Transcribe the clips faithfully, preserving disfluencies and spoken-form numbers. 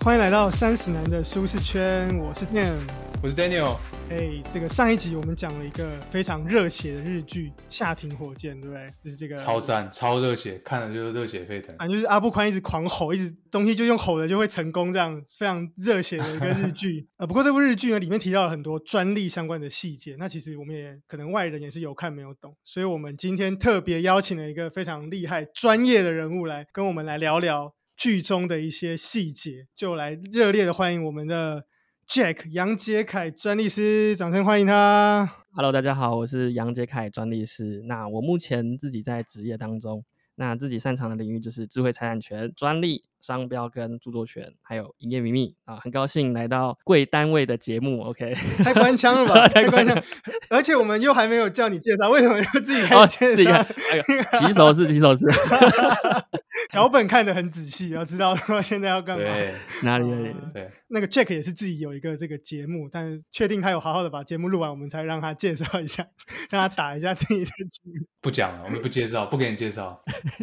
欢迎来到三十男的舒适圈，我是 Dan， 我是 Daniel。 哎，这个上一集我们讲了一个非常热血的日剧《夏庭火箭》，对不对？就是这个超赞、超热血，看了就是热血沸腾。 反正就是阿部宽一直狂吼，一直东西就用吼的就会成功，这样非常热血的一个日剧。呃，不过这部日剧呢，里面提到了很多专利相关的细节，那其实我们也可能外人也是有看没有懂，所以我们今天特别邀请了一个非常厉害、专业的人物来跟我们来聊聊剧中的一些细节，就来热烈的欢迎我们的 Jack 杨杰凯专利师，掌声欢迎他。 Hello， 大家好，我是杨杰凯专利师。那我目前自己在职业当中，那自己擅长的领域就是智慧财产权、专利、商标跟著作权，还有营业秘密啊。很高兴来到贵单位的节目 ，OK？ 太官腔了吧，太官腔！而且我们又还没有叫你介绍，为什么要自己开始介绍？哦哎呦，起手式，起手式。 脚本看得很仔细，要知道说现在要干嘛。 对， 哪里哪里？ 对， 那个 Jack 也是自己有一个这个节目，但是确定他有好好的把节目录完，我们才让他介绍一下，让他打一下自己的节目。 不讲了，我们不介绍，不给你介绍。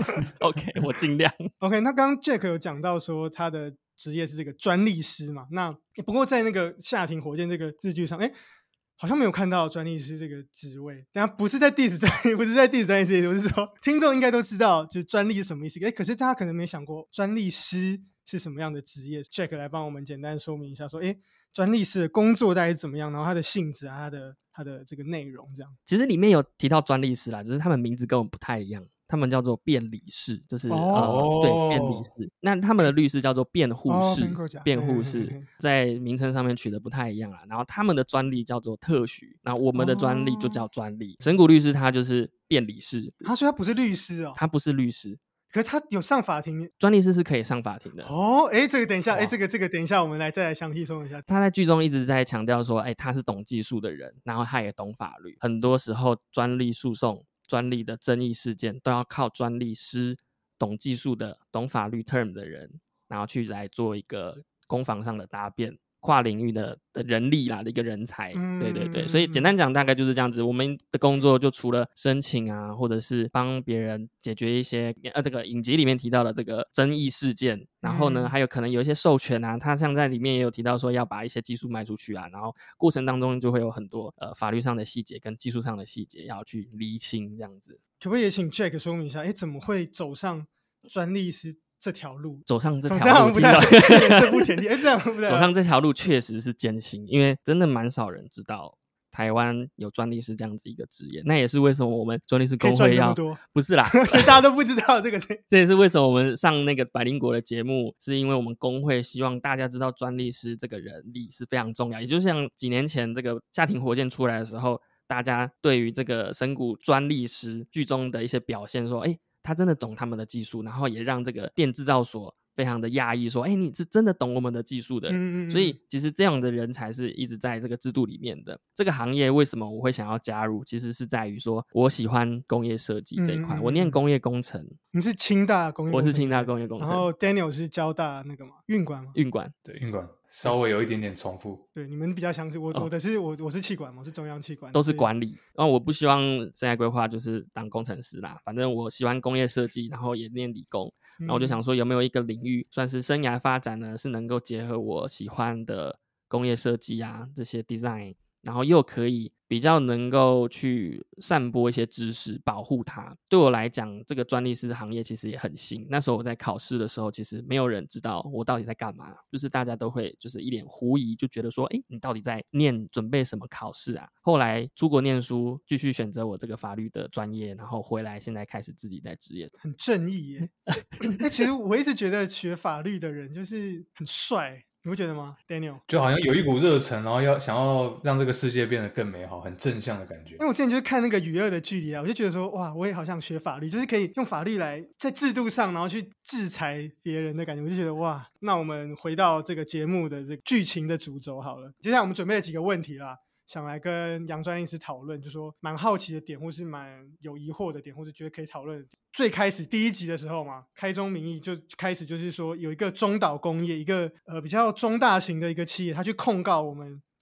OK， 我尽量。 OK， 那刚刚 Jack 有讲到说他的职业是这个专利师嘛？那不过在那个夏庭火箭这个日剧上，哎，好像没有看到专利师这个职位。但不是在 diss 专利，不是在 diss 专利师，我是说听众应该都知道，就是专利是什么意思。哎，可是大家可能没想过专利师是什么样的职业。Jack 来帮我们简单说明一下，说，哎，专利师的工作大概是怎么样，然后他的性质啊，他的他的这个内容这样。 其实里面有提到专利师啦，只是他们名字跟我们不太一样。他们叫做辩理士，就是、 哦呃、对，辩理士。那他们的律师叫做辩护士， 哦、 辩护士在名称上面取得不太一样啦。然后他们的专利叫做特许，那我们的专利就叫专利。神谷律师他就是辩理士， 他说他不是律师哦， 他不是律师， 可是他有上法庭。 专利师是可以上法庭的哦。哎，这个等一下，哎，这个这个等一下，我们来再来详细说一下。 他在剧中一直在强调说，哎，他是懂技术的人，然后他也懂法律。很多时候专利诉讼、专利的争议事件都要靠专利师、懂技术的、懂法律 term 的人，然后去来做一个攻防上的答辩，跨领域的的人力啦的一个人才。嗯、对对对，所以简单讲大概就是这样子。我们的工作就除了申请啊，或者是帮别人解决一些呃这个影集里面提到的这个争议事件，然后呢、嗯、还有可能有一些授权啊，他像在里面也有提到说要把一些技术卖出去啊，然后过程当中就会有很多呃法律上的细节跟技术上的细节要去厘清这样子。 可不可以也请 Jack 说明一下，哎，怎么会走上专利师这条路？ 走上这条路， 不太这步田地，哎，这样不太走上这条路确实是艰辛，因为真的蛮少人知道台湾有专利师这样子一个职业。那也是为什么我们专利师公会要不是啦， 所以大家都不知道这个。 这也是为什么我们上那个百灵果的节目，是因为我们公会希望大家知道专利师这个人力是非常重要。也就像几年前这个夏庭火箭出来的时候，大家对于这个神谷专利师剧中的一些表现说，哎，他真的懂他们的技术，然后也让这个电制造所非常的讶异，说，哎，你是真的懂我们的技术的。嗯嗯嗯。所以其实这样的人才是一直在这个制度里面的。这个行业为什么我会想要加入，其实是在于说我喜欢工业设计这一块。嗯嗯嗯，我念工业工程。 你是清大工业工程？ 我是清大工业工程。 然后 Daniel 是交大那个嘛运管吗？ 运管。 对，运管稍微有一点点重复。 对，你们比较相似。我、哦、我的是我我是气管嘛，我是中央气管， 都是管理。然后我不希望生涯规划就是当工程师啦，反正我喜欢工业设计，然后也念理工。然后我就想说有没有一个领域算是生涯发展呢，是能够结合我喜欢的工业设计啊这些 design， 然后又可以比较能够去散播一些知识，保护它。对我来讲，这个专利师行业其实也很新。那时候我在考试的时候，其实没有人知道我到底在干嘛，就是大家都会就是一脸狐疑，就觉得说，哎，你到底在念准备什么考试啊？后来出国念书，继续选择我这个法律的专业，然后回来现在开始自己在职业。 很正义耶。那其实我一直觉得学法律的人就是很帅。你不觉得吗 Daniel？ 就好像有一股热忱，然后要想要让这个世界变得更美好，很正向的感觉。 因为我之前就是看那个与恶的距离啊，我就觉得说，哇，我也好想学法律，就是可以用法律来在制度上然后去制裁别人的感觉。我就觉得哇，那我们回到这个节目的这个剧情的主轴好了。接下来我们准备了几个问题啦，想来跟杨专利师讨论，就说蛮好奇的点，或是蛮有疑惑的点，或是觉得可以讨论的点。最开始第一集的时候嘛，开宗明义就开始就是说有一个中岛工业，一个呃比较中大型的一个企业，他去控告我们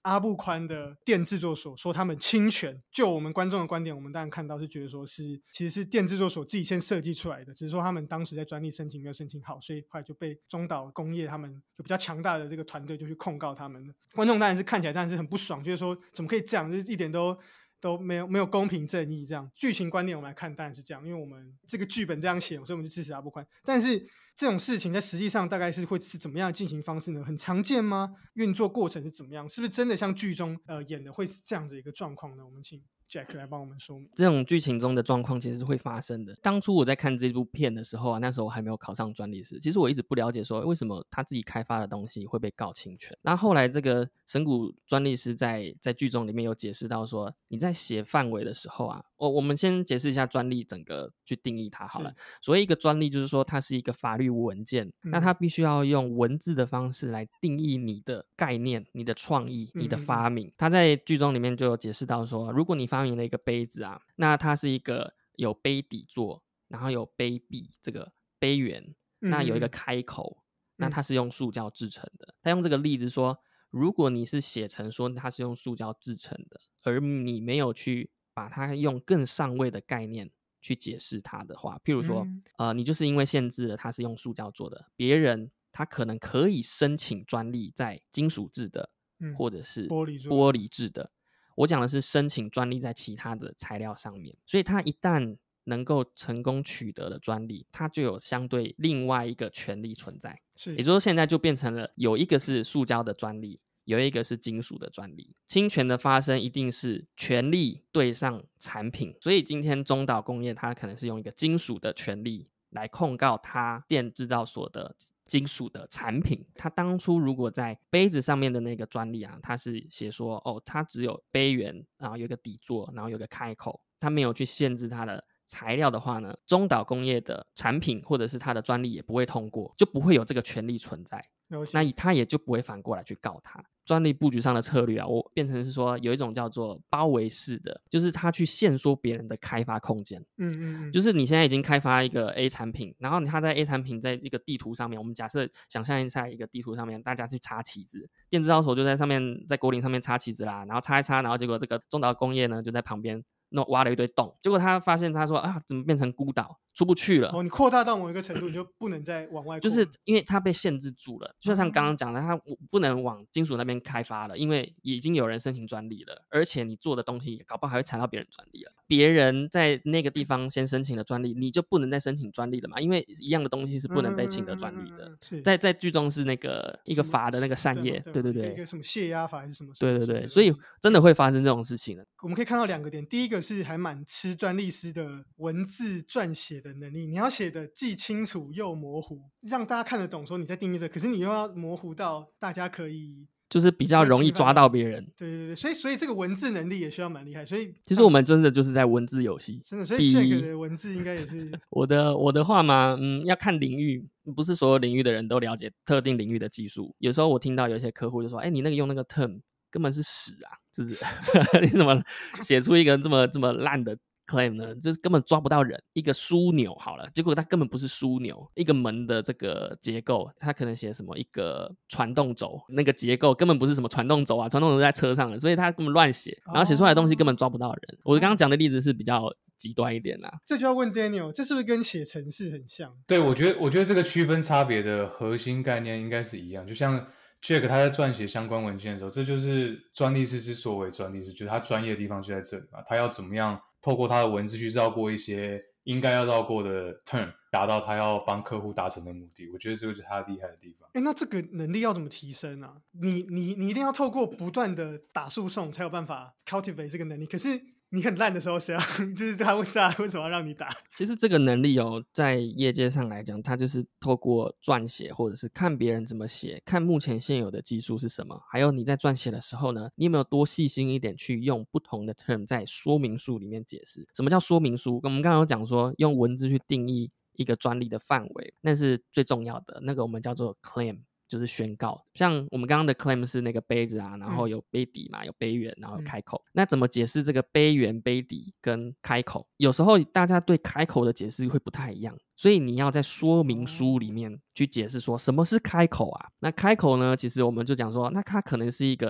阿布宽的电制作所说他们侵权，就我们观众的观点，我们当然看到是觉得说是其实是电制作所自己先设计出来的，只是说他们当时在专利申请没有申请好，所以后来就被中岛工业他们有比较强大的这个团队就去控告他们了。观众当然是看起来当然是很不爽，就是说怎么可以这样，就是一点都都没有没有公平正义这样。剧情观点我们来看当然是这样，因为我们这个剧本这样写，所以我们就支持阿布宽。但是这种事情在实际上大概是会是怎么样的进行方式呢？很常见吗？运作过程是怎么样？是不是真的像剧中呃演的会是这样的一个状况呢？我们请 Jack 来帮我们说明。 这种剧情中的状况其实是会发生的。当初我在看这部片的时候啊，那时候我还没有考上专利师，其实我一直不了解说为什么他自己开发的东西会被告侵权。那后来这个神谷专利师在在剧中里面有解释到说，你在写范围的时候啊，我我们先解释一下专利整个去定义它好了。所谓一个专利就是说它是一个法律文件，嗯、那它必须要用文字的方式来定义你的概念、你的创意、你的发明。他在剧中里面就有解释到说，如果你发明了一个杯子啊，那它是一个有杯底座，然后有杯壁这个杯缘，那有一个开口，嗯、那它是用塑胶制成的。他用这个例子说，如果你是写成说它是用塑胶制成的，而你没有去把它用更上位的概念去解释它的话，譬如说、嗯、呃，你就是因为限制了它是用塑胶做的，别人他可能可以申请专利在金属制的、嗯、或者是玻璃玻璃制的。我讲的是申请专利在其他的材料上面，所以它一旦能够成功取得了专利，它就有相对另外一个权利存在。是，也就是说现在就变成了有一个是塑胶的专利，有一个是金属的专利。侵权的发生一定是权利对上产品，所以今天中岛工业它可能是用一个金属的权利来控告它电制造所的金属的产品。它当初如果在杯子上面的那个专利啊，它是写说哦，它只有杯缘，然后有一个底座，然后有一个开口，它没有去限制它的材料的话呢，中岛工业的产品或者是它的专利也不会通过，就不会有这个权利存在。那他也就不会反过来去告他。专利布局上的策略啊，我变成是说有一种叫做包围式的，就是他去限缩别人的开发空间。嗯嗯嗯，就是你现在已经开发一个 A 产品，然后他在 A 产品在一个地图上面，我们假设想象一下一个地图上面，大家去插旗子，电制造所就在上面，在果岭上面插旗子啦，然后插一插，然后结果这个中岛工业呢就在旁边弄挖了一堆洞，结果他发现他说啊，怎么变成孤岛，出不去了。 哦，你扩大到某一个程度，你就不能再往外扩， 就是因为它被限制住了。就像刚刚讲的，它不能往金属那边开发了，因为已经有人申请专利了，而且你做的东西搞不好还会踩到别人专利了。别人在那个地方先申请了专利，你就不能再申请专利了嘛？因为一样的东西是不能被请得专利的。嗯嗯嗯、在在剧中是那个一个法的那个善业，对对对， 一个什么泄压法还是什么？ 对对对，所以真的会发生这种事情的。 我们可以看到两个点，第一个是还蛮吃专利师的文字撰写的能力，你要写的既清楚又模糊，让大家看得懂说你在定义这，可是你又要模糊到大家可以就是比较容易抓到别人。 对对对，所以所以这个文字能力也需要蛮厉害。所以其实我们真的就是在文字游戏， 真的，所以这个的文字应该也是我的我的话嘛，嗯，要看领域，不是所有领域的人都了解特定领域的技术。有时候我听到有些客户就说，哎，你那个用那个 term 根本是屎啊，就是你怎么写出一个这么这么烂的claim 呢？就是根本抓不到人。一个枢纽好了，结果它根本不是枢纽，一个门的这个结构，它可能写什么一个传动轴，那个结构根本不是什么传动轴啊，传动轴在车上的，所以它根本乱写，然后写出来的东西根本抓不到人。我刚刚讲的例子是比较极端一点啦。 这就要问 Daniel， 这是不是跟写程式很像？ 对，我觉得我觉得这个区分差别的核心概念应该是一样，就像Jack 他在撰写相关文件的时候，这就是专利师之所谓专利师，就是他专业的地方就在这里嘛。他要怎么样透过他的文字去绕过一些应该要绕过的 term， 达到他要帮客户达成的目的。我觉得这个就是他厉害的地方。 哎，那这个能力要怎么提升啊？你你你一定要透过不断的打诉讼才有办法 cultivate 这个能力。可是你很烂的时候，谁要就是他为啥为什么要让你打？ 其实这个能力哦，在业界上来讲，它就是透过撰写，或者是看别人怎么写，看目前现有的技术是什么，还有你在撰写的时候呢，你有没有多细心一点去用不同的 term 在说明书里面解释？什么叫说明书？我们刚刚有讲说，用文字去定义一个专利的范围，那是最重要的，那个我们叫做 claim。就是宣告，像我们刚刚的 claim 是那个杯子啊，然后有杯底嘛，有杯缘，然后有开口、嗯、那怎么解释这个杯缘、杯底跟开口？有时候大家对开口的解释会不太一样，所以你要在说明书里面去解释说什么是开口啊。那开口呢，其实我们就讲说，那它可能是一个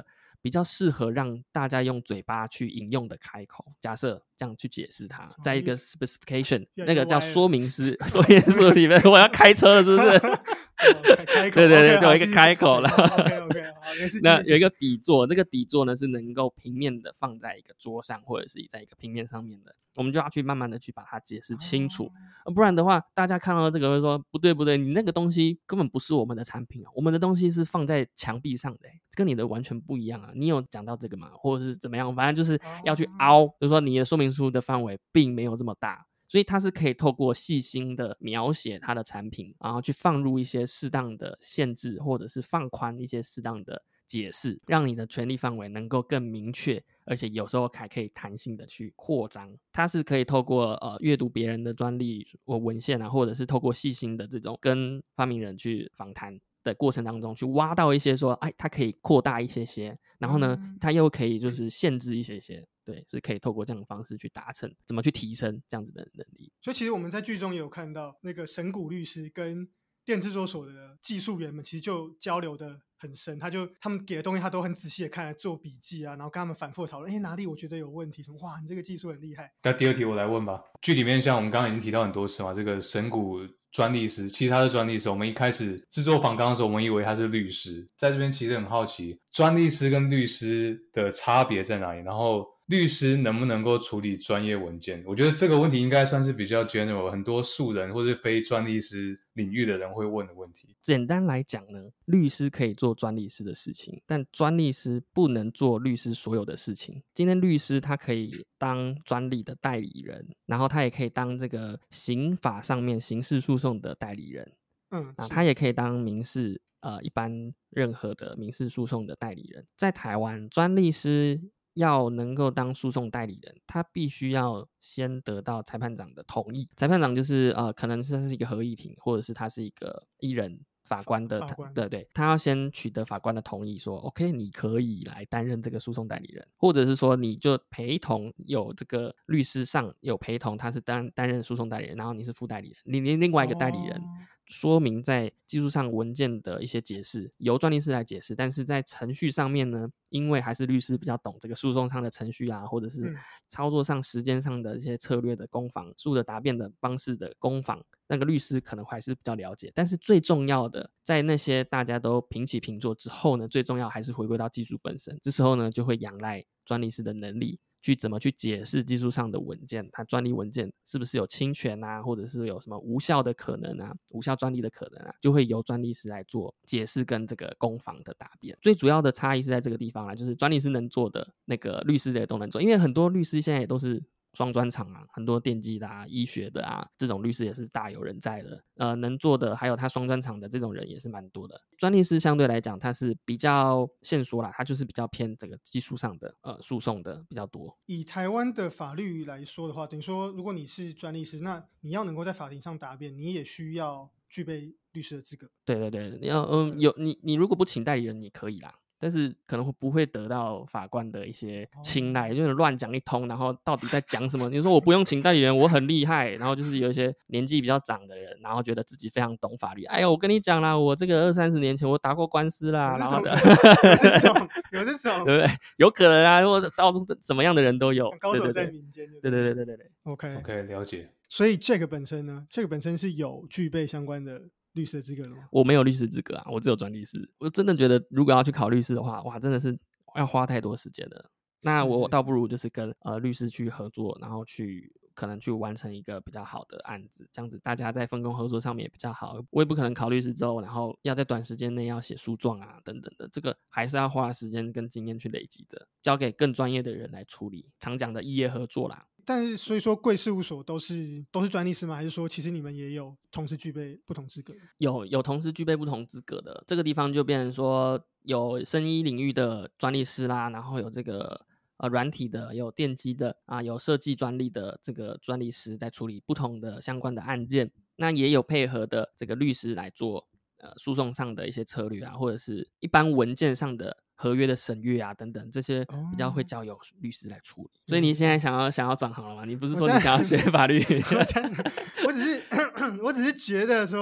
比较适合让大家用嘴巴去引用的开口。假设这样去解释它，在一个 specification 那个叫说明书说明书里面，我要开车了是不是？ 开口对对对， OK， 就有一个开口了。 OK OK， 好， 那有一个底座，这个底座呢是能够平面的放在一个桌上，或者是在一个平面上面的，我们就要去慢慢的去把它解释清楚，哦、不然的话，大家看到这个会说不对不对，你那个东西根本不是我们的产品、啊、我们的东西是放在墙壁上的、欸，跟你的完全不一样啊！你有讲到这个吗？或者是怎么样？反正就是要去凹，就是说你的说明书的范围并没有这么大。所以它是可以透过细心的描写它的产品，然后去放入一些适当的限制，或者是放宽一些适当的解释，让你的权利范围能够更明确，而且有时候还可以弹性的去扩张。它是可以透过呃阅读别人的专利文献啊，或者是透过细心的这种跟发明人去访谈的过程当中，去挖到一些说，哎，它可以扩大一些些，然后呢，它又可以就是限制一些些。对，是可以透过这样的方式去达成，怎么去提升这样子的能力。 所以其实我们在剧中也有看到，那个神谷律师跟电制作所的技术员们其实就交流的很深，他就他们给的东西他都很仔细的看，来做笔记啊，然后跟他们反复讨论，哎，哪里我觉得有问题，什么哇，你这个技术很厉害。 那第二题我来问吧，剧里面像我们刚刚已经提到很多次嘛，这个神谷专利师，其实他是专利师。我们一开始制作访纲的时候，我们以为他是律师，在这边其实很好奇，专利师跟律师的差别在哪里？然后律师能不能够处理专业文件？我觉得这个问题应该算是比较 general， 很多素人或是非专利师领域的人会问的问题。 简单来讲呢，律师可以做专利师的事情，但专利师不能做律师所有的事情。今天律师他可以当专利的代理人，然后他也可以当这个刑法上面刑事诉讼的代理人， 嗯， 啊，他也可以当民事呃一般任何的民事诉讼的代理人。在台湾，专利师要能够当诉讼代理人，他必须要先得到裁判长的同意。裁判长就是呃，可能是他是一个合议庭，或者是他是一个一人法官的， 法官对对，他要先取得法官的同意说 ，OK， 你可以来担任这个诉讼代理人，或者是说你就陪同有这个律师上有陪同，他是担担任诉讼代理人，然后你是副代理人，你你另外一个代理人。哦，说明在技术上文件的一些解释由专利师来解释，但是在程序上面呢，因为还是律师比较懂这个诉讼上的程序啊，或者是操作上时间上的一些策略的攻防术的答辩的方式的攻防，那个律师可能还是比较了解。但是最重要的，在那些大家都平起平坐之后呢，最重要还是回归到技术本身。这时候呢，就会仰赖专利师的能力去怎么去解释技术上的文件，它专利文件是不是有侵权啊，或者是有什么无效的可能啊，无效专利的可能啊，就会由专利师来做解释跟这个攻防的答辩。最主要的差异是在这个地方啦，就是专利师能做的那个律师也都能做，因为很多律师现在也都是双专长啊，很多电机的啊、医学的啊，这种律师也是大有人在的。呃，能做的还有他双专长的这种人也是蛮多的。专利师相对来讲，他是比较限缩啦，他就是比较偏这个技术上的呃诉讼的比较多。 以台湾的法律来说的话，等于说如果你是专利师，那你要能够在法庭上答辩，你也需要具备律师的资格。 对对对，你要嗯有你你如果不请代理人，你可以啦。但是可能不会得到法官的一些青睐，就是乱讲一通，然后到底在讲什么？你说我不用请代理人，我很厉害，然后就是有一些年纪比较长的人，然后觉得自己非常懂法律。哎呀，我跟你讲啦，我这个二三十年前我打过官司啦，然后的有这种，有这种， 对不对？有可能啊，或者到处什么样的人都有， 高手在民间。 对对对对对对。 OK OK， 了解。 所以 Jack 本身呢 ，Jack 本身是有具备相关的律师的资格的吗？ 我没有律师资格啊，我只有专利师。我真的觉得，如果要去考律师的话，哇，真的是要花太多时间了。那我倒不如就是跟呃律师去合作，然后去可能去完成一个比较好的案子，这样子大家在分工合作上面也比较好。我也不可能考律师之后，然后要在短时间内要写诉状啊等等的，这个还是要花时间跟经验去累积的，交给更专业的人来处理。常讲的异业合作啦。 但是所以说贵事务所都是都是专利师吗？还是说其实你们也有同时具备不同资格？ 有有同时具备不同资格的，这个地方就变成说有生医领域的专利师啦，然后有这个呃软体的，有电机的啊，有设计专利的这个专利师在处理不同的相关的案件，那也有配合的这个律师来做呃诉讼上的一些策略啊，或者是一般文件上的合约的审阅啊等等，这些比较会交由律师来处理。哦、所以你现在想要想要转行了吗？你不是说你想要学法律？ 我, 我只是我只是觉得说，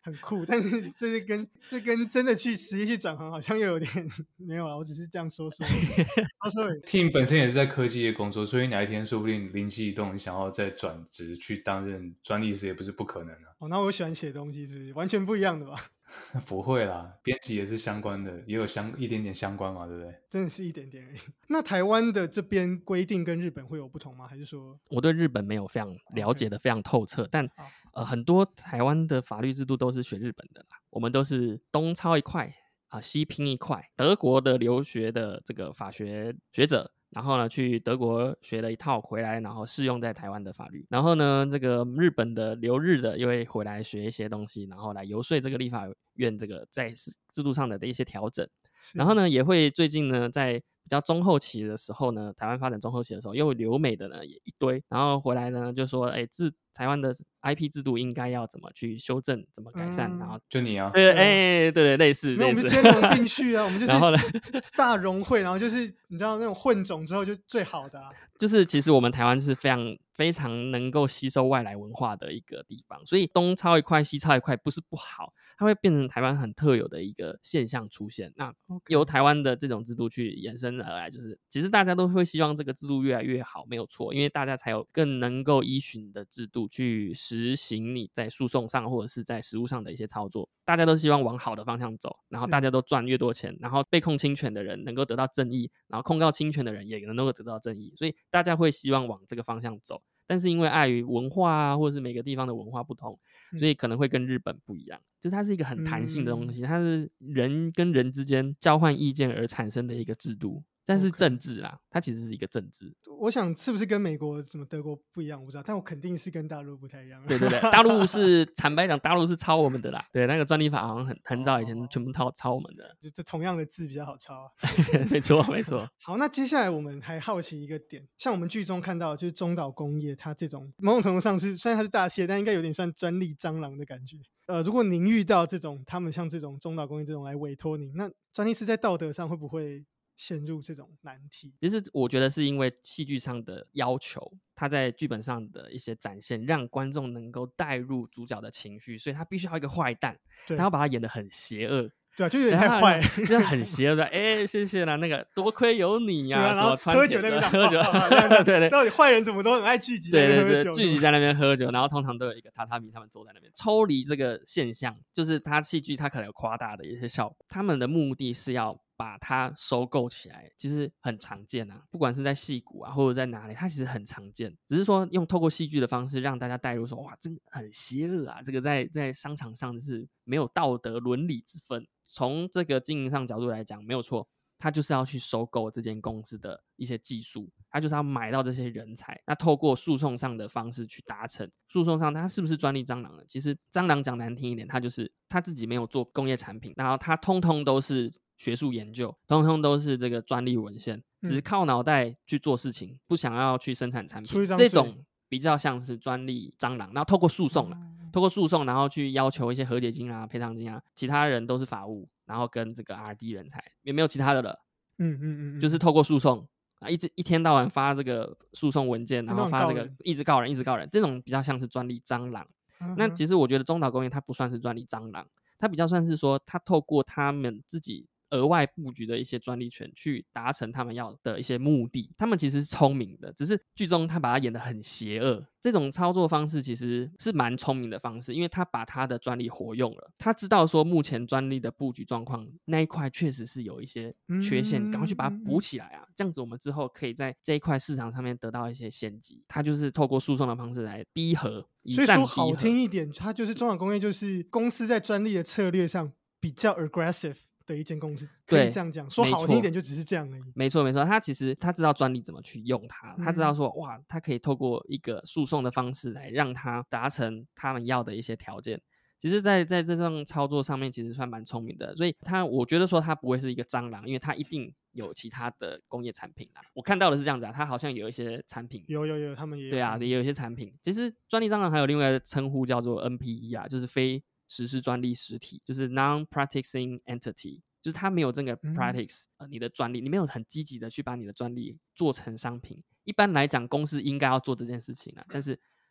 很酷，但是这是跟这跟真的去实际去转行好像又有点没有啦，我只是这样说说。说说而已。 Tim 本身也是在科技业工作，所以哪一天说不定灵机一动，你想要再转职去担任专利师也不是不可能啊。 哦，那我喜欢写东西，是不是完全不一样的吧？ 不会啦，编辑也是相关的，也有相一点点相关嘛，对不对？ 真的是一点点而已。那台湾的这边规定跟日本会有不同吗？还是说我对日本没有非常了解的非常透彻，但好呃，很多台湾的法律制度都是学日本的啦，我们都是东抄一块啊、西拼一块。德国的留学的这个法学学者，然后呢去德国学了一套回来，然后适用在台湾的法律。然后呢，这个日本的留日的又会回来学一些东西，然后来游说这个立法院这个在制度上的的一些调整。然后呢，也会最近呢，在比较中后期的时候呢，台湾发展中后期的时候，又留美的呢也一堆，然后回来呢就说，哎，制台湾的 I P 制度应该要怎么去修正，怎么改善， 嗯、 然后就你啊， 对， 对啊哎，对对，类似， 没有，我类似们就兼容并蓄啊，我们就是然后呢大融汇，然后就是你知道那种混种之后就最好的啊。 就是其实我们台湾是非常非常能够吸收外来文化的一个地方，所以东抄一块西抄一块不是不好，它会变成台湾很特有的一个现象出现。那 OK 由台湾的这种制度去延伸而来，就是其实大家都会希望这个制度越来越好，没有错，因为大家才有更能够依循的制度去实行你在诉讼上或者是在实务上的一些操作，大家都希望往好的方向走，然后是大家都赚越多钱，然后被控侵权的人能够得到正义，然后控告侵权的人也能够得到正义，所以大家会希望往这个方向走。但是因为碍于文化啊，或者是每个地方的文化不同， 嗯所以可能会跟日本不一样，就是它是一个很弹性的东嗯西，它是人跟人之间交换意见而产生的一个制度，但是 OK 政治啦，它其实是一个政治。 我想是不是跟美国什么德国不一样，我不知道，但我肯定是跟大陆不太一样。 对对对，大陆是坦白讲，大陆是抄我们的啦。对，那个专利法好像很很早以前全部抄抄我们的。 就这同样的字比较好抄啊。 没错没错。 好，那接下来我们还好奇一个点，像我们剧中看到，就是中岛工业，它这种某种程度上是虽然它是大企业，但应该有点算专利蟑螂的感觉。呃，如果您遇到这种他们像这种中岛工业这种来委托您，那专利师在道德上会不会陷入这种难题？ 其实我觉得是因为戏剧上的要求，他在剧本上的一些展现，让观众能够带入主角的情绪，所以他必须要一个坏蛋， 对他要把他演得很邪恶。 对啊，就有点太坏了。 就是很邪恶的，哎、欸，谢谢啦，那个多亏有你呀、啊， 对啊，然后什么喝酒那边打喝酒， 对对对， 到底坏人怎么都很爱聚集在那对对对， 边喝酒， 聚集在那边喝酒，然后通常都有一个榻榻米，他们坐在那边。抽离这个现象，就是他戏剧他可能有夸大的一些效果，他们的目的是要把它收购起来，其实很常见啊，不管是在戏骨啊，或者在哪里，它其实很常见，只是说用透过戏剧的方式让大家带入说，哇，真的很邪恶啊，这个在在商场上是没有道德伦理之分。从这个经营上角度来讲，没有错，他就是要去收购这间公司的一些技术，他就是要买到这些人才，那透过诉讼上的方式去达成。诉讼上他是不是专利蟑螂呢？其实蟑螂讲难听一点，他就是他自己没有做工业产品，然后他通通都是学术研究，通通都是这个专利文献，只是靠脑袋去做事情，不想要去生产产品，这种比较像是专利蟑螂。然后透过诉讼啊，透过诉讼，然后去要求一些和解金啊、赔偿金啊，其他人都是法务，然后跟这个 R D 人才，也没有其他的了。 嗯嗯嗯， 就是透过诉讼啊，一直一天到晚发这个诉讼文件，然后发这个一直告人，一直告人，这种比较像是专利蟑螂。嗯、那其实我觉得中岛工业它不算是专利蟑螂，它比较算是说，它透过他们自己额外布局的一些专利权去达成他们要的一些目的。他们其实是聪明的，只是剧中他把它演得很邪恶。这种操作方式其实是蛮聪明的方式，因为他把他的专利活用了，他知道说目前专利的布局状况那一块确实是有一些缺陷，赶快去把它补起来啊，这样子我们之后可以在这一块市场上面得到一些先机。他就是透过诉讼的方式来逼和，以战逼和。 所以说好听一点，他就是中岛工业就是公司在专利的策略上比较 aggressive的一间公司，可以这样讲，说好听一点就只是这样而已。 没错没错，他其实他知道专利怎么去用它，他知道说、嗯、哇，他可以透过一个诉讼的方式来让他达成他们要的一些条件。其实在在这种操作上面其实算蛮聪明的，所以他我觉得说他不会是一个蟑螂，因为他一定有其他的工业产品啦。我看到的是这样子啊，他好像有一些产品， 有有有，他们也有对啊，也有一些产品。其实专利蟑螂还有另外一个称呼叫做 N P E 啊，就是非实施专利实体，就是 non-practicing entity， 就是它没有这个 practice、嗯呃、你的专利，你没有很积极的去把你的专利做成商品。一般来讲，公司应该要做这件事情啊，但是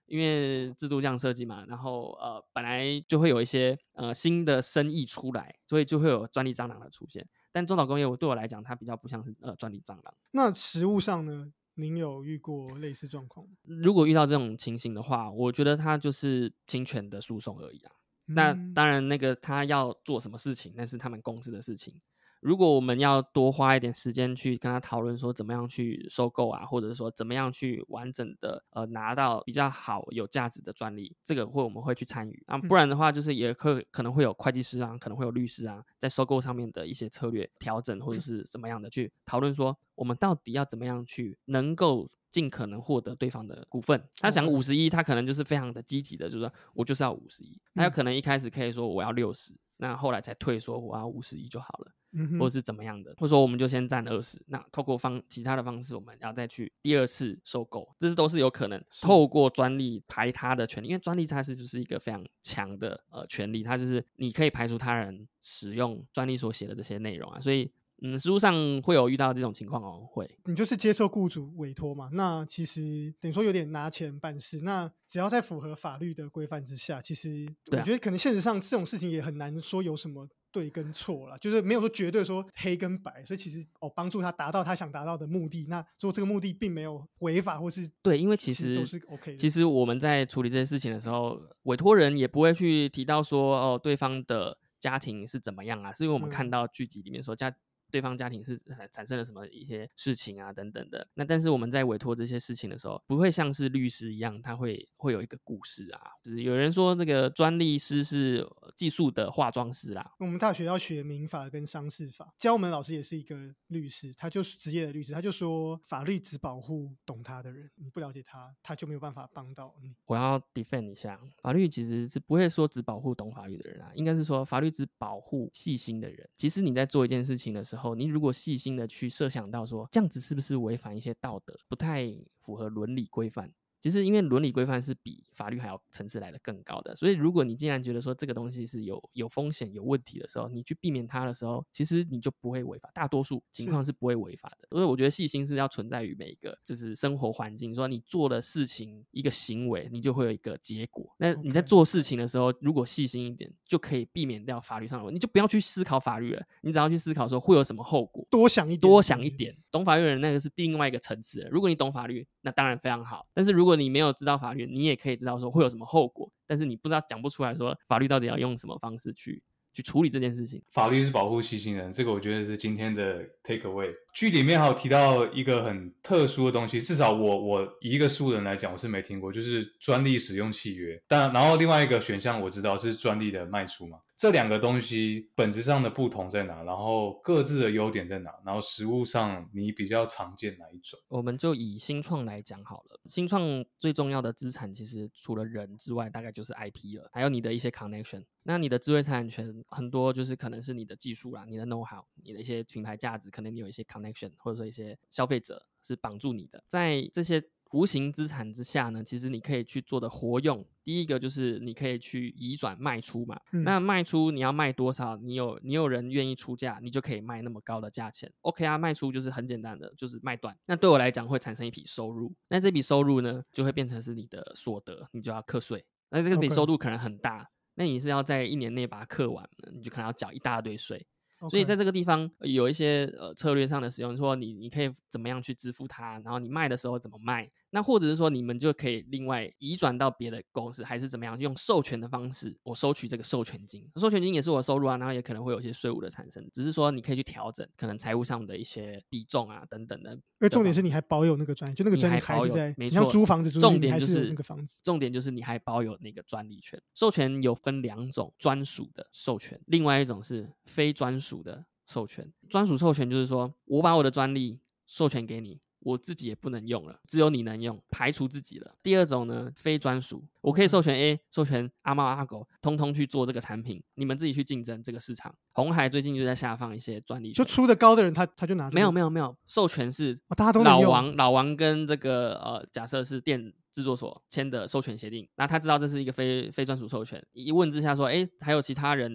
因为制度这样设计嘛，然后呃本来就会有一些呃新的生意出来，所以就会有专利蟑螂的出现。但中岛工业对我来讲，它比较不像是呃专利蟑螂。 那实务上呢，您有遇过类似状况吗？ 如果遇到这种情形的话，我觉得它就是侵权的诉讼而已啊。 嗯、 那当然，那个他要做什么事情，那是他们公司的事情。如果我们要多花一点时间去跟他讨论说怎么样去收购啊，或者是说怎么样去完整的呃拿到比较好有价值的专利，这个会我们会去参与啊。不然的话，就是也可可能会有会计师啊，可能会有律师啊，在收购上面的一些策略调整，或者是怎么样的去讨论说我们到底要怎么样去能够尽可能获得对方的股份。他想五十一，他可能就是非常的积极的，就是说我就是要五十一。他有可能一开始可以说我要六十，那后来才退说我要五十一就好了。 嗯、 或是怎么样的，或者说我们就先占二十，那透过方其他的方式，我们要再去第二次收购，这是都是有可能透过专利排他的权利，因为专利它是就是一个非常强的呃权利，它就是你可以排除他人使用专利所写的这些内容啊，所以嗯，实务上会有遇到这种情况哦，会。 你就是接受雇主委托嘛，那其实等于说有点拿钱办事，那只要在符合法律的规范之下，其实我觉得可能现实上这种事情也很难说有什么对跟错啦，就是没有说绝对说黑跟白，所以其实哦帮助他达到他想达到的目的，那如果这个目的并没有违法或是对，因为其实其实都是 OK 的。 其实我们在处理这些事情的时候，委托人也不会去提到说哦对方的家庭是怎么样啊，是因为我们看到剧集里面说家。对方家庭是产生了什么一些事情啊等等的，那但是我们在委托这些事情的时候，不会像是律师一样，他会会有一个故事啊。就是有人说这个专利师是技术的化妆师啦。 我们大学要学民法跟商事法，教我们的老师也是一个律师，他就是职业的律师，他就说法律只保护懂他的人，你不了解他，他就没有办法帮到你。 我要 defend 一下，法律其实是不会说只保护懂法律的人啊，应该是说法律只保护细心的人。其实你在做一件事情的时候，你如果细心的去设想到说这样子是不是违反一些道德，不太符合伦理规范，其实因为伦理规范是比法律还要层次来的更高的，所以如果你既然觉得说这个东西是有有风险有问题的时候，你去避免它的时候，其实你就不会违法，大多数情况是不会违法的。所以我觉得细心是要存在于每一个就是生活环境，说你做的事情一个行为，你就会有一个结果。那你在做事情的时候，如果细心一点，就可以避免掉法律上的问题，你就不要去思考法律了，你只要去思考说会有什么后果， 多想一点， 多想一点。懂法律的人那个是另外一个层次了。如果你懂法律，那当然非常好，但是如果你没有知道法律，你也可以知道说会有什么后果，但是你不知道讲不出来说法律到底要用什么方式去去处理这件事情。 法律是保护细心人，这个我觉得是今天的 take away。剧里面还有提到一个很特殊的东西，至少我我以一个素人来讲，我是没听过，就是专利使用契约。但然后另外一个选项我知道是专利的卖出嘛。这两个东西本质上的不同在哪？然后各自的优点在哪？然后实务上你比较常见哪一种？ 我们就以新创来讲好了。新创最重要的资产其实除了人之外，大概就是 I P 了，还有你的一些 connection。那你的智慧财产权很多就是可能是你的技术啦，你的 know how， 你的一些品牌价值，可能你有一些 connection， 或者说一些消费者是绑住你的。在这些无形资产之下呢，其实你可以去做的活用，第一个就是你可以去移转卖出嘛、嗯、那卖出你要卖多少，你有你有人愿意出价，你就可以卖那么高的价钱。 OK 啊，卖出就是很简单的，就是卖断。那对我来讲会产生一笔收入，那这笔收入呢就会变成是你的所得，你就要课税。那这个笔收入可能很大、okay. 那你是要在一年内把它课完，你就可能要缴一大堆税。Okay. 所以在这个地方有一些呃策略上的使用，说你你可以怎么样去支付它，然后你卖的时候怎么卖，那或者是说你们就可以另外移转到别的公司，还是怎么样用授权的方式，我收取这个授权金，授权金也是我的收入啊，然后也可能会有一些税务的产生，只是说你可以去调整可能财务上的一些比重啊等等的。 因为重点是你还保有那个专利，就那个专利还是在， 没错， 你像租房子租重点就是那个房子， 重点就是你还保有那个专利权。授权有分两种，专属的授权，另外一种是非专属的授权。专属授权就是说我把我的专利授权给你，我自己也不能用了，只有你能用，排除自己了。第二种呢，非专属，我可以授权 A， 授权阿猫阿狗通通去做这个产品，你们自己去竞争这个市场。鸿海最近就在下放一些专利权， 就出的高的人他他就拿、这个、 没有没有没有，授权是、 哦、大家都能用。 老王老王跟这个呃假设是电制作所签的授权协定，那他知道这是一个非非专属授权，一问之下说，哎，还有其他人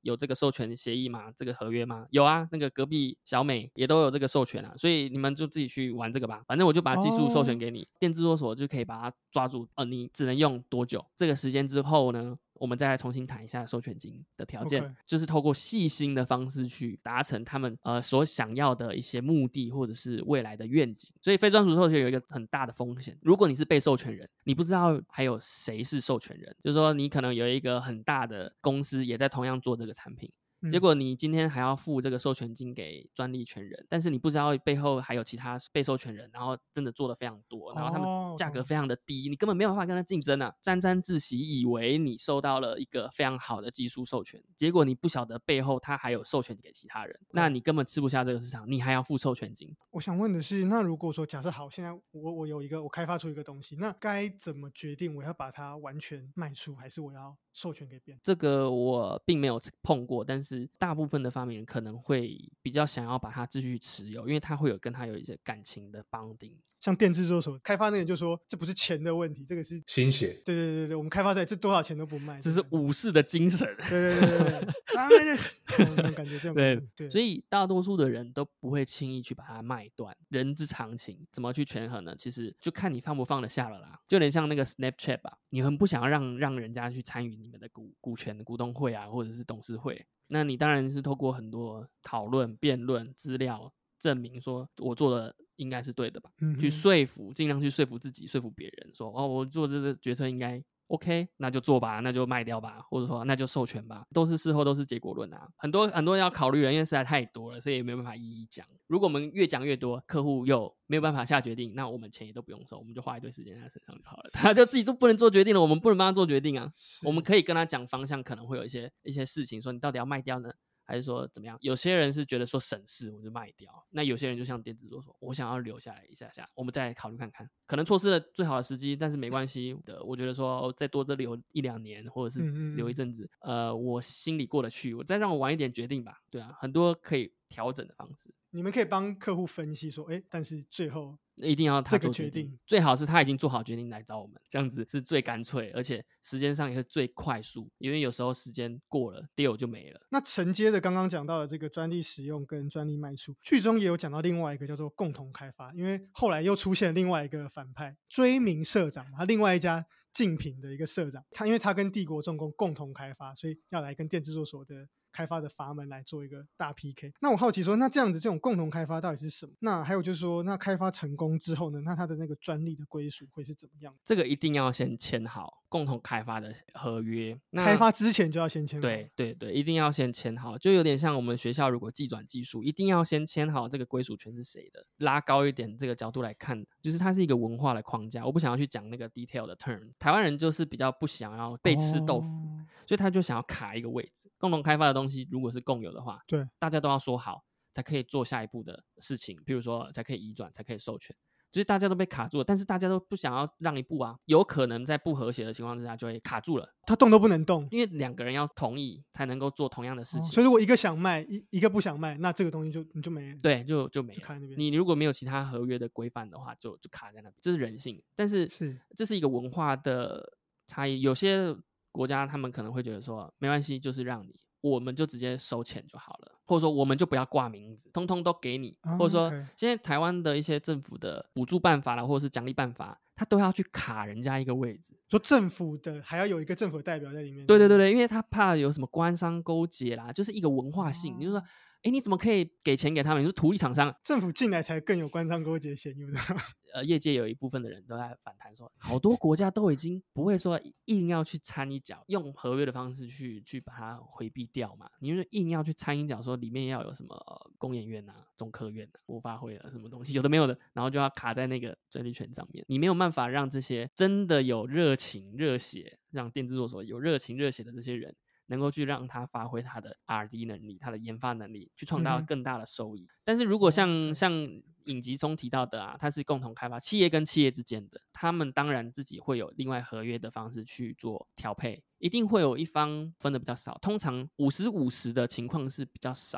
有这个授权协议吗？这个合约吗？有啊，那个隔壁小美也都有这个授权啊，所以你们就自己去玩这个吧，反正我就把技术授权给你，哦、电制作所就可以把它抓住，呃，你只能用多久？这个时间之后呢？我们再来重新谈一下授权金的条件， okay. 就是透过细心的方式去达成他们呃所想要的一些目的或者是未来的愿景。所以非专属授权有一个很大的风险，如果你是被授权人，你不知道还有谁是授权人，就是说你可能有一个很大的公司也在同样做这个产品。结果你今天还要付这个授权金给专利权人，但是你不知道背后还有其他被授权人，然后真的做的非常多，然后他们价格非常的低，你根本没有办法跟他竞争啊！沾沾自喜，以为你受到了一个非常好的技术授权，结果你不晓得背后他还有授权给其他人，那你根本吃不下这个市场，你还要付授权金。 我想问的是，那如果说假设好，现在我我有一个我开发出一个东西，那该怎么决定我要把它完全卖出，还是我要授权给别人？ 这个我并没有碰过，但是大部分的发明人可能会比较想要把它继续持有，因为他会有跟他有一些感情的 bonding。 像电制作所开发那个人就说，这不是钱的问题，这个是心血。 对对对对，我们开发出来这多少钱都不卖， 这是武士的精神。 对对对对对，当然是那种感觉，这种对对。 所以大多数的人都不会轻易去把它卖断，人之常情。怎么去权衡呢？其实就看你放不放得下了啦。就有点像那个 Snapchat 吧，你很不想要让让人家去参与你们的股股权股东会啊，或者是董事会。那你当然是透过很多讨论、辩论、资料证明说我做的应该是对的吧， 嗯、 去说服，尽量去说服自己，说服别人说哦，我做这个决策应该 OK， 那就做吧，那就卖掉吧，或者说那就授权吧，都是事后都是结果论啊，很多很多人要考虑的，因为实在太多了，所以也没有办法一一讲。如果我们越讲越多，客户又没有办法下决定，那我们钱也都不用收，我们就花一堆时间在他身上就好了。他就自己都不能做决定了，我们不能帮他做决定啊。我们可以跟他讲方向，可能会有一些一些事情，说你到底要卖掉呢？还是说怎么样？有些人是觉得说省事我就卖掉，那有些人就像电子作所，我想要留下来一下下，我们再来考虑看看，可能错失了最好的时机，但是没关系的。我觉得说、哦、再多这留一两年，或者是留一阵子，嗯嗯嗯呃，我心里过得去，我再让我晚一点决定吧。对啊，很多可以调整的方式。 你们可以帮客户分析说，哎，但是最后一定要他做决定，这个决定最好是他已经做好决定来找我们，这样子是最干脆，而且时间上也是最快速，因为有时候时间过了 deal 就没了。 那承接的刚刚讲到的这个专利使用跟专利卖出，剧中也有讲到另外一个叫做共同开发，因为后来又出现另外一个反派追名社长，他另外一家竞品的一个社长，他因为他跟帝国重工共同开发，所以要来跟电制作所的开发的阀门来做一个大 P K。 那我好奇说，那这样子这种共同开发到底是什么？那还有就是说，那开发成功之后呢，那它的那个专利的归属会是怎么样？ 这个一定要先签好共同开发的合约， 开发之前就要先签好。 对对对，一定要先签好，就有点像我们学校如果技转技术，一定要先签好这个归属权是谁的。拉高一点这个角度来看，就是它是一个文化的框架，我不想要去讲那个 detail 的 term。台湾人就是比较不想要被吃豆腐、哦、所以他就想要卡一个位置。共同开发的东西如果是共有的话， 对， 大家都要说好才可以做下一步的事情，比如说才可以移转，才可以授权，就是大家都被卡住了，但是大家都不想要让一步啊，有可能在不和谐的情况之下就会卡住了， 他动都不能动， 因为两个人要同意才能够做同样的事情、哦、 所以如果一个想卖 一, 一个不想卖，那这个东西就你就没了， 对，就就没了， 就卡在那边。 你如果没有其他合约的规范的话，就就卡在那边，这是人性。但是是这是一个文化的差异，有些国家他们可能会觉得说没关系，就是让你我们就直接收钱就好了，或者说我们就不要挂名字，通通都给你、哦、或者说现在台湾的一些政府的补助办法啦，或者是奖励办法，他都要去卡人家一个位置， 说政府的还要有一个政府的代表在里面。 对对对对，因为他怕有什么官商勾结啦，就是一个文化性、哦、你就说哎，你怎么可以给钱给他们？你是土地厂商， 政府进来才更有官商勾结嫌疑。 呃，业界有一部分的人都在反弹说，好多国家都已经不会说硬要去掺一脚，用合约的方式去去把它回避掉嘛。你就是硬要去掺一脚，说里面要有什么、呃、工研院啊、中科院啊、国发会啊什么东西，有的没有的，然后就要卡在那个专利权上面。你没有办法让这些真的有热情、热血，让电制作所有热情、热血的这些人，能够去让他发挥他的 R and D 能力，他的研发能力，去创造更大的收益、嗯、但是如果像、嗯、像影集中提到的啊，它是共同开发，企业跟企业之间的，他们当然自己会有另外合约的方式去做调配，一定会有一方分的比较少，通常五十五十的情况是比较少啦，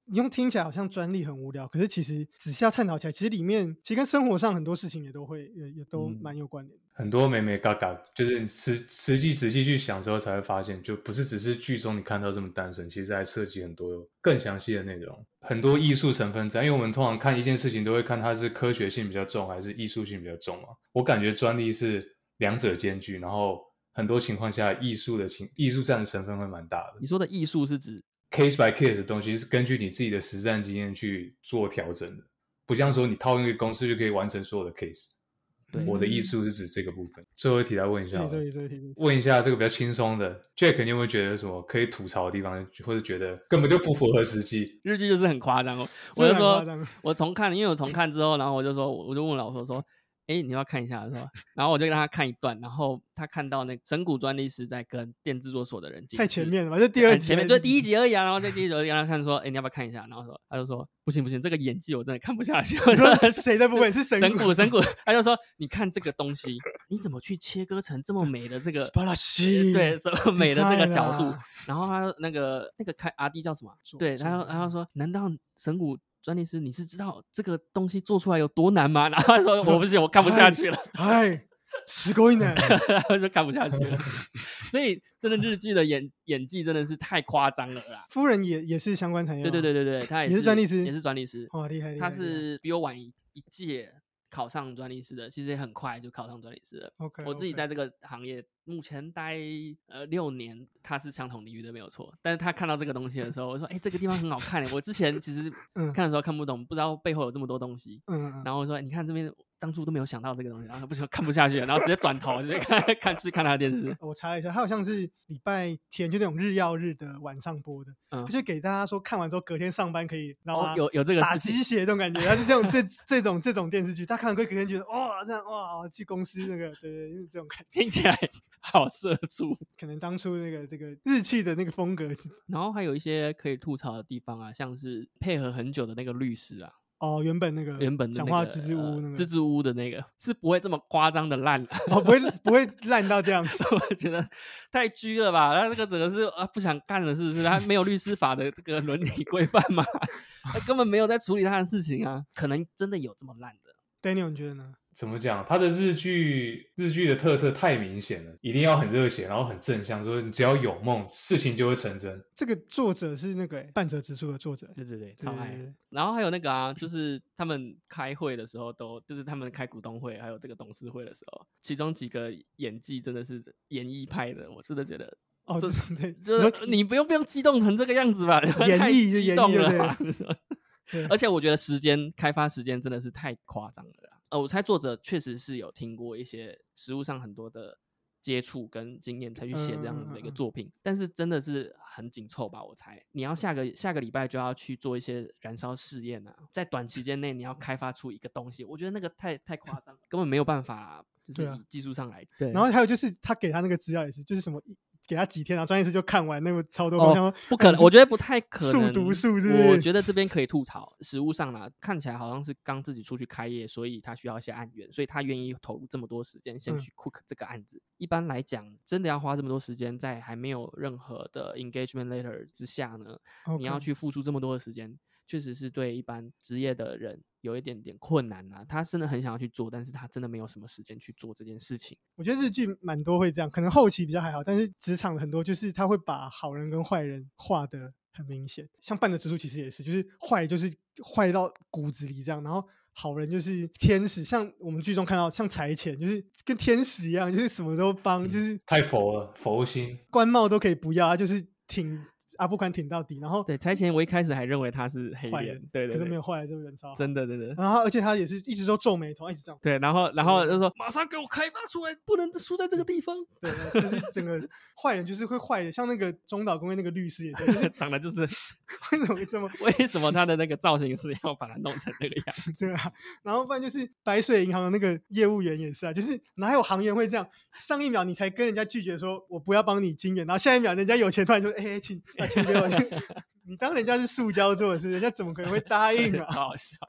你用听起来好像专利很无聊，可是其实仔细要探讨起来，其实里面其实跟生活上很多事情也都会也也都蛮有关联的、嗯、 很多美美嘎嘎，就是你实实际仔细去想之后才会发现，就不是只是剧中你看到这么单纯，其实还设计很多更详细的内容，很多艺术成分在。因为我们通常看一件事情都会看它是科学性比较重还是艺术性比较重嘛，我感觉专利是两者兼具，然后很多情况下艺术的情艺术占的成分会蛮大的。 你说的艺术是指 case by case 的东西是根据你自己的实战经验去做调整的，不像说你套用一个公式就可以完成所有的 case。对，我的艺术是指这个部分。最后一题来问一下，问一下这个比较轻松的 Jack， 你有没有觉得什么可以吐槽的地方，或者觉得根本就不符合实际？ 日剧就是很夸张哦，我就说我重看，因为我重看之后，然后我就说，我就问老婆说。哎，你要看一下是吧？然后我就让他看一段，然后他看到那个神谷专利师在跟电制作所的人解释， 太前面了吧？这第二集前面就第一集而已啊。然后在第一集让他看说，哎，你要不要看一下？然后说他就说不行不行，这个演技我真的看不下去。 你说谁的部分是神谷？ 神谷神谷，他就说你看这个东西，你怎么去切割成这么美的这个对这么美的这个角度？然后他那个那个开 R D 叫什么？对，他他就说难道神谷？专利师，你是知道这个东西做出来有多难吗？然后他说我不行，我看不下去了。 哎，すごいね， 然后就看不下去了。所以真的日剧的演演技真的是太夸张了啦。 夫人也也是相关产业， 对对对对对，他也是也是专利师， 也是专利师， 哇，厉害厉害！ 他是比我晚一一届考上专利师的，其实也很快就考上专利师了。 OK， 我自己在这个行业目前待呃六年，他是相同领域的没有错。但是他看到这个东西的时候，我说：“哎、欸，这个地方很好看我之前其实看的时候看不懂，不知道背后有这么多东西。嗯，然后我说：“你看这边。”当初都没有想到这个东西，然后不行看不下去了，然后直接转头直接看看去看他的电视。 我查了一下，他好像是礼拜天就那种日曜日的晚上播的，嗯，就给大家说看完之后隔天上班可以，然后、 哦、有有这个打鸡血这种感觉，他是这种这这种这种电视剧，他看完可以隔天觉得哇这样哇去公司那个对对对这种感觉， 听起来好社畜。 可能当初那个这个日剧的那个风格， 然后还有一些可以吐槽的地方啊，像是配合很久的那个律师啊。 哦，原本那个原本讲话支支吾吾那个支支吾吾的那个是不会这么夸张的烂哦，不会不会烂到这样我觉得太拘了吧，他这个整个是啊不想干了是不是？他没有律师法的这个伦理规范吗？他根本没有在处理他的事情啊，可能真的有这么烂的。 Daniel 你觉得呢？ 怎么讲？他的日剧日剧的特色太明显了，一定要很热血，然后很正向，说你只要有梦，事情就会成真。 这个作者是那个半泽直树的作者， 对对对，超爱。然后还有那个啊，就是他们开会的时候都，就是他们开股东会，还有这个董事会的时候，其中几个演技真的是演绎派的，我真的觉得。 哦， 这对， 就是你不用不用激动成这个样子吧？ 演绎是激动了吧？ 对， 而且我觉得时间开发时间真的是太夸张了啦。呃，我猜作者确实是有听过一些实务上很多的接触跟经验才去写这样子的一个作品，嗯嗯嗯，但是真的是很紧凑吧？我猜你要下个下个礼拜就要去做一些燃烧试验啊，在短期间内你要开发出一个东西，我觉得那个太太夸张，根本没有办法，就是以技术上来。对， 然后还有就是他给他那个资料也是，就是什么。给他几天，然后专业师就看完那个超多东西、 哦，不可能，我觉得不太可能。 速读术是不是？ 我觉得这边可以吐槽，实务上啦，看起来好像是刚自己出去开业，所以他需要一些案源，所以他愿意投入这么多时间先去 cook 这个案子。嗯、一般来讲，真的要花这么多时间，在还没有任何的 engagement letter 之下呢， okay. 你要去付出这么多的时间。确实是对一般职业的人有一点点困难啊，他真的很想要去做，但是他真的没有什么时间去做这件事情。 我觉得日剧蛮多会这样，可能后期比较还好，但是职场很多就是他会把好人跟坏人画得很明显，像半泽直树其实也是，就是坏就是坏到骨子里这样，然后好人就是天使，像我们剧中看到像财前就是跟天使一样，就是什么都帮、嗯、就是太佛了，佛心， 官帽都可以不要，他就是挺阿布宽挺到底，然后对财前我一开始还认为他是黑脸，对 对, 对， 可是没有，后来这个人超好， 真的真的。 然后而且他也是一直都皱眉头，一直这样。 对，然后然后就说马上给我开发出来，不能输在这个地方。 对，就是整个坏人就是会坏的，像那个中岛公园那个律师也是，就是长得就是为什么会这么？ 为什么他的那个造型是要把它弄成那个样子？ 对啊，然后不然就是白水银行的那个业务员也是啊，就是哪有行员会这样？上一秒你才跟人家拒绝说我不要帮你金援，然后下一秒人家有钱突然说哎、欸，请把钱给我。你当人家是塑胶做的是，人家怎么可能会答应啊？ 超好笑。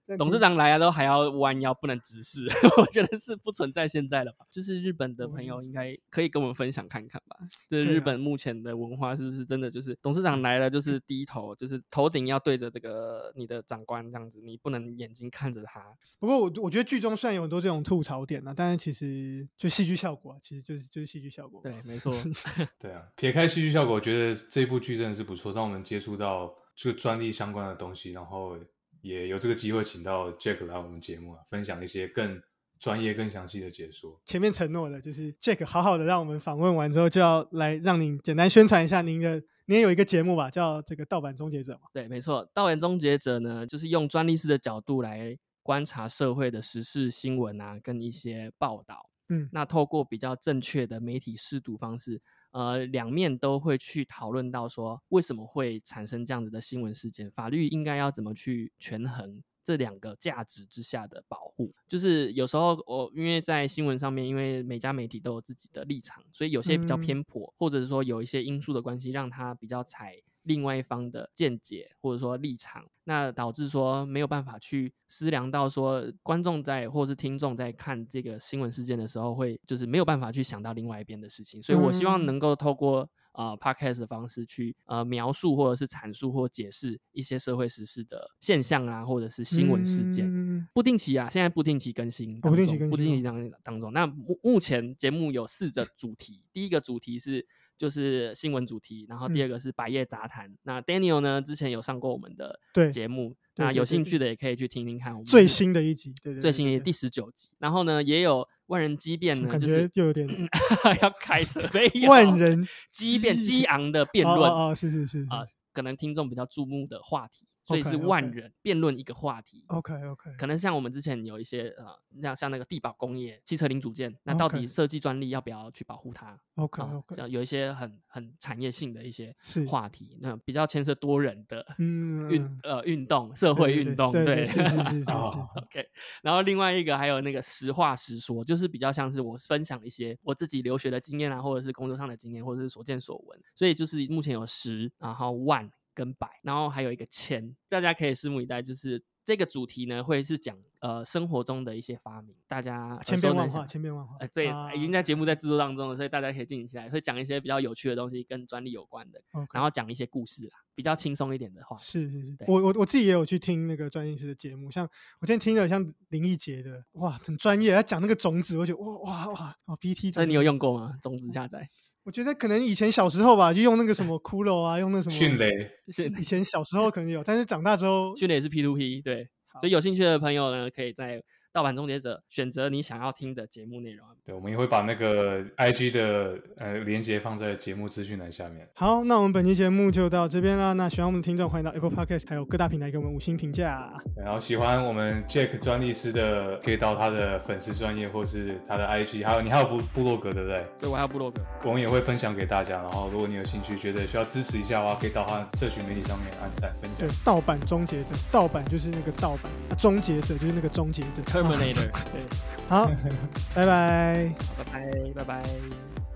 董事长来了都还要弯腰，不能直视，我觉得是不存在现在了吧？就是日本的朋友应该可以跟我们分享看看吧。就是日本目前的文化是不是真的就是董事长来了就是低头，就是头顶要对着这个你的长官这样子，你不能眼睛看着他。 不过我我觉得剧中虽然有很多这种吐槽点啊，但是其实就戏剧效果、啊，其实就是就是戏剧效果。 对，没错。 对啊，撇开戏剧效果，我觉得这部剧真的是不错，让我们接触到这个专利相关的东西，然后也有这个机会请到 Jack 来我们节目啊，分享一些更专业、更详细的解说。 前面承诺的就是 Jack 好好的让我们访问完之后，就要来让您简单宣传一下您的，您也有一个节目吧，叫这个盗版终结者嘛。 对，没错，盗版终结者呢，就是用专利师的角度来观察社会的时事新闻啊，跟一些报道。嗯，那透过比较正确的媒体识读方式，呃，两面都会去讨论到说，为什么会产生这样子的新闻事件，法律应该要怎么去权衡这两个价值之下的保护。就是有时候我因为在新闻上面，因为每家媒体都有自己的立场，所以有些比较偏颇，嗯、或者是说有一些因素的关系，让它比较采另外一方的见解或者说立场，那导致说没有办法去思量到说观众在或是听众在看这个新闻事件的时候，会就是没有办法去想到另外一边的事情。所以我希望能够透过呃 podcast 的方式去呃描述或者是阐述或解释一些社会时事的现象啊，或者是新闻事件。嗯、不定期啊，现在不定期更新当中，不定期更新，不定期当当中。那目前节目有四个主题，第一个主题是就是新闻主题，然后第二个是百业杂谈、嗯、那 Daniel 呢之前有上过我们的节目，那有兴趣的也可以去听听看我们最新的一集，对对对对， 最新的第十九集。然后呢也有万人激辩呢， 感觉就有点要开车万人激辩激昂的辩论哦哦，是是是是、 呃、可能听众比较注目的话题，所以是万人辩论一个话题。 OK OK， 可能像我们之前有一些呃，像像那个地保工业、汽车零组件，那到底设计专利要不要去保护它 ？OK OK，、 呃、有一些很很产业性的一些话题，那比较牵涉多人的运、嗯、呃运动、社会运动，对， 对对是是是是是 OK。然后另外一个还有那个实话实说，就是比较像是我分享一些我自己留学的经验啊，或者是工作上的经验，或者是所见所闻。所以就是目前有十，然后万跟百，然后还有一个千，大家可以拭目以待。就是这个主题呢，会是讲呃生活中的一些发明，大家千变万化，千变万化。 呃，对、啊，已经在节目在制作当中了，所以大家可以静起来，会讲一些比较有趣的东西，跟专利有关的， okay. 然后讲一些故事啦，比较轻松一点的话。 是是是，我我我自己也有去听那个专利师的节目，像我今天听了像林奕杰的，哇，很专业，他讲那个种子，我觉得哇哇哇哇 ，B T。 所以你有用过吗？种子下载？ 我觉得可能以前小时候吧，就用那个什么骷髅啊，用那什么迅雷， 以前小时候可能有，但是长大之后， 迅雷也是 P to P， 对，所以有兴趣的朋友呢，可以在盗版终结者选择你想要听的节目内容。 对，我们也会把那个 I G 的呃连结放在节目资讯栏下面。 好，那我们本期节目就到这边啦。那喜欢我们的听众，欢迎到 Apple Podcast 还有各大平台给我们五星评价。 然后喜欢我们 Jack 专利师的，可以到他的粉丝专页或是他的 I G， 还有你还有部部落格对不对？ 对，我还有部落格， 我们也会分享给大家。然后如果你有兴趣，觉得需要支持一下的话，可以到他社群媒体上面按赞分享。 对，盗版终结者，盗版就是那个盗版，终结者就是那个终结者 ，Terminator。对， 好，拜拜， 拜拜，拜拜。